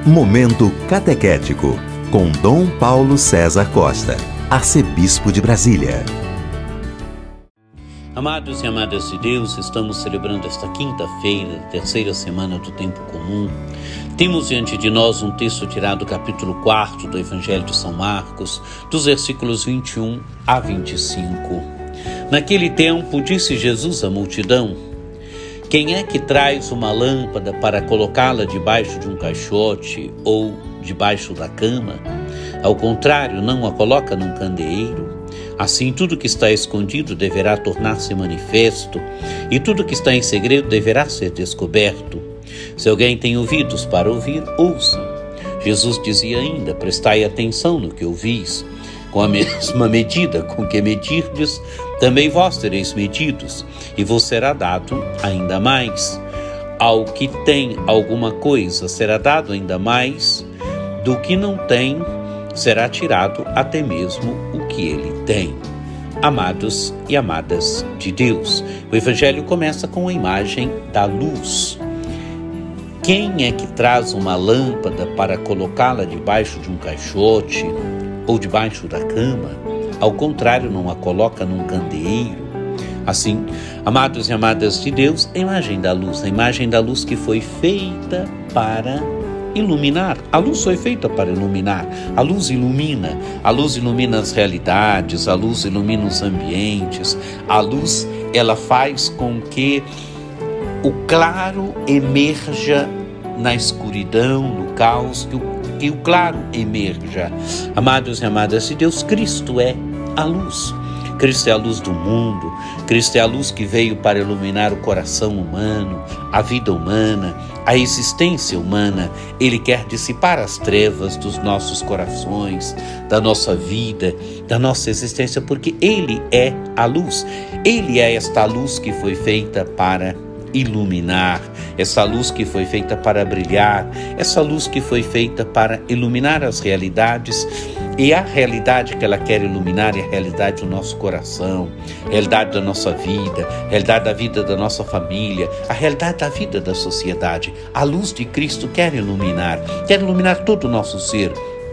Momento Catequético, com Dom Paulo César Costa, arcebispo de Brasília. Amados e amadas de Deus, estamos celebrando esta quinta-feira, terceira semana do tempo comum. Temos diante de nós um texto tirado do capítulo 4 do Evangelho de São Marcos, dos versículos 21 a 25. Naquele tempo, disse Jesus à multidão: quem é que traz uma lâmpada para colocá-la debaixo de um caixote ou debaixo da cama? Ao contrário, não a coloca num candeeiro. Assim, tudo que está escondido deverá tornar-se manifesto, e tudo que está em segredo deverá ser descoberto. Se alguém tem ouvidos para ouvir, ouça. Jesus dizia ainda: prestai atenção no que ouvis. Com a mesma medida com que medirdes, também vós tereis medidos, e vos será dado ainda mais. Ao que tem alguma coisa será dado ainda mais, do que não tem será tirado até mesmo o que ele tem. Amados e amadas de Deus, o Evangelho começa com a imagem da luz. Quem é que traz uma lâmpada para colocá-la debaixo de um caixote ou debaixo da cama? Ao contrário, não a coloca num candeeiro. Assim, amados e amadas de Deus, a imagem da luz que foi feita para iluminar. A luz foi feita para iluminar. A luz ilumina as realidades, a luz ilumina os ambientes. A luz, ela faz com que o claro emerja na escuridão, no caos, que o claro emerja. Amados e amadas de Deus, Cristo é a luz. Cristo é a luz do mundo. Cristo é a luz que veio para iluminar o coração humano, a vida humana, a existência humana. Ele quer dissipar as trevas dos nossos corações, da nossa vida, da nossa existência, porque Ele é a luz. Ele é esta luz que foi feita para iluminar, essa luz que foi feita para brilhar, essa luz que foi feita para iluminar as realidades. E a realidade que ela quer iluminar é a realidade do nosso coração, a realidade da nossa vida, a realidade da vida da nossa família, a realidade da vida da sociedade. A luz de Cristo quer iluminar todo o nosso ser.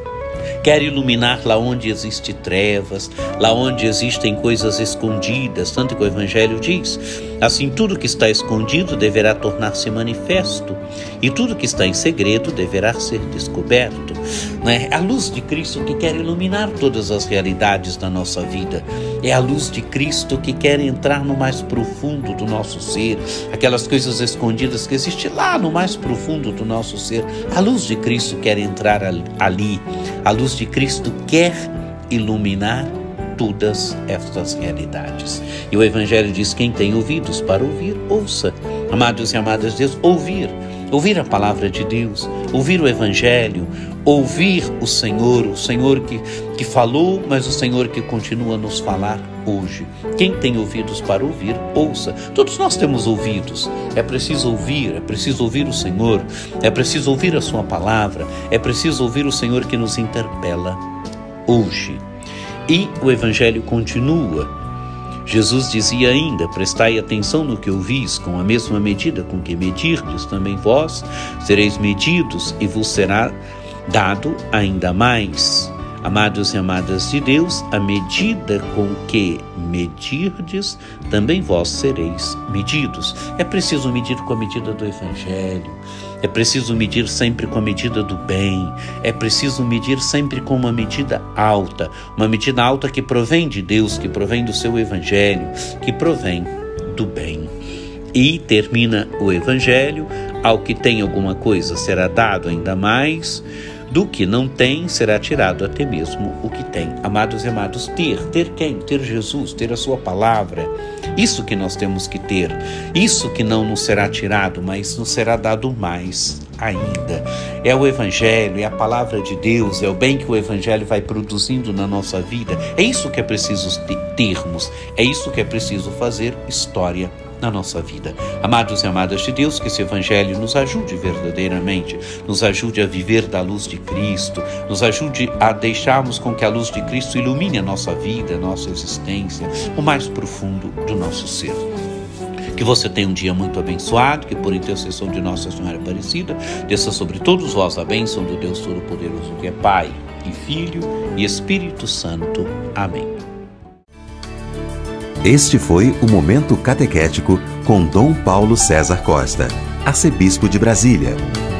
Quer iluminar lá onde existe trevas, lá onde existem coisas escondidas, tanto que o Evangelho diz: assim, tudo que está escondido deverá tornar-se manifesto, e tudo que está em segredo deverá ser descoberto. É a luz de Cristo que quer iluminar todas as realidades da nossa vida. É a luz de Cristo que quer entrar no mais profundo do nosso ser, aquelas coisas escondidas que existem lá no mais profundo do nosso ser. A luz de Cristo quer entrar ali. A luz de Cristo quer iluminar todas estas realidades. E o Evangelho diz: quem tem ouvidos para ouvir, ouça. Amados e amadas de Deus, ouvir a palavra de Deus, ouvir o Evangelho, ouvir o Senhor que falou, mas o Senhor que continua a nos falar hoje. Quem tem ouvidos para ouvir, ouça. Todos nós temos ouvidos. É preciso ouvir o Senhor, é preciso ouvir a sua palavra, é preciso ouvir o Senhor que nos interpela hoje. E o Evangelho continua. Jesus dizia ainda: prestai atenção no que ouvis, com a mesma medida com que medirdes, também vós sereis medidos, e vos será dado ainda mais. Amados e amadas de Deus, a medida com que medirdes, também vós sereis medidos. É preciso medir com a medida do Evangelho, é preciso medir sempre com a medida do bem, é preciso medir sempre com uma medida alta que provém de Deus, que provém do seu Evangelho, que provém do bem. E termina o Evangelho: ao que tem alguma coisa será dado ainda mais, do que não tem será tirado até mesmo o que tem. Amados e amados, ter quem? Ter Jesus, ter a sua palavra. Isso que nós temos que ter. Isso que não nos será tirado, mas nos será dado mais ainda. É o Evangelho, é a palavra de Deus, é o bem que o Evangelho vai produzindo na nossa vida. É isso que é preciso termos, é isso que é preciso fazer história na nossa vida. Amados e amadas de Deus, que esse Evangelho nos ajude verdadeiramente, nos ajude a viver da luz de Cristo, nos ajude a deixarmos com que a luz de Cristo ilumine a nossa vida, a nossa existência, o mais profundo do nosso ser. Que você tenha um dia muito abençoado, que por intercessão de Nossa Senhora Aparecida, desça sobre todos vós a bênção do Deus Todo-Poderoso, que é Pai, e Filho, e Espírito Santo. Amém. Este foi o Momento Catequético com Dom Paulo César Costa, arcebispo de Brasília.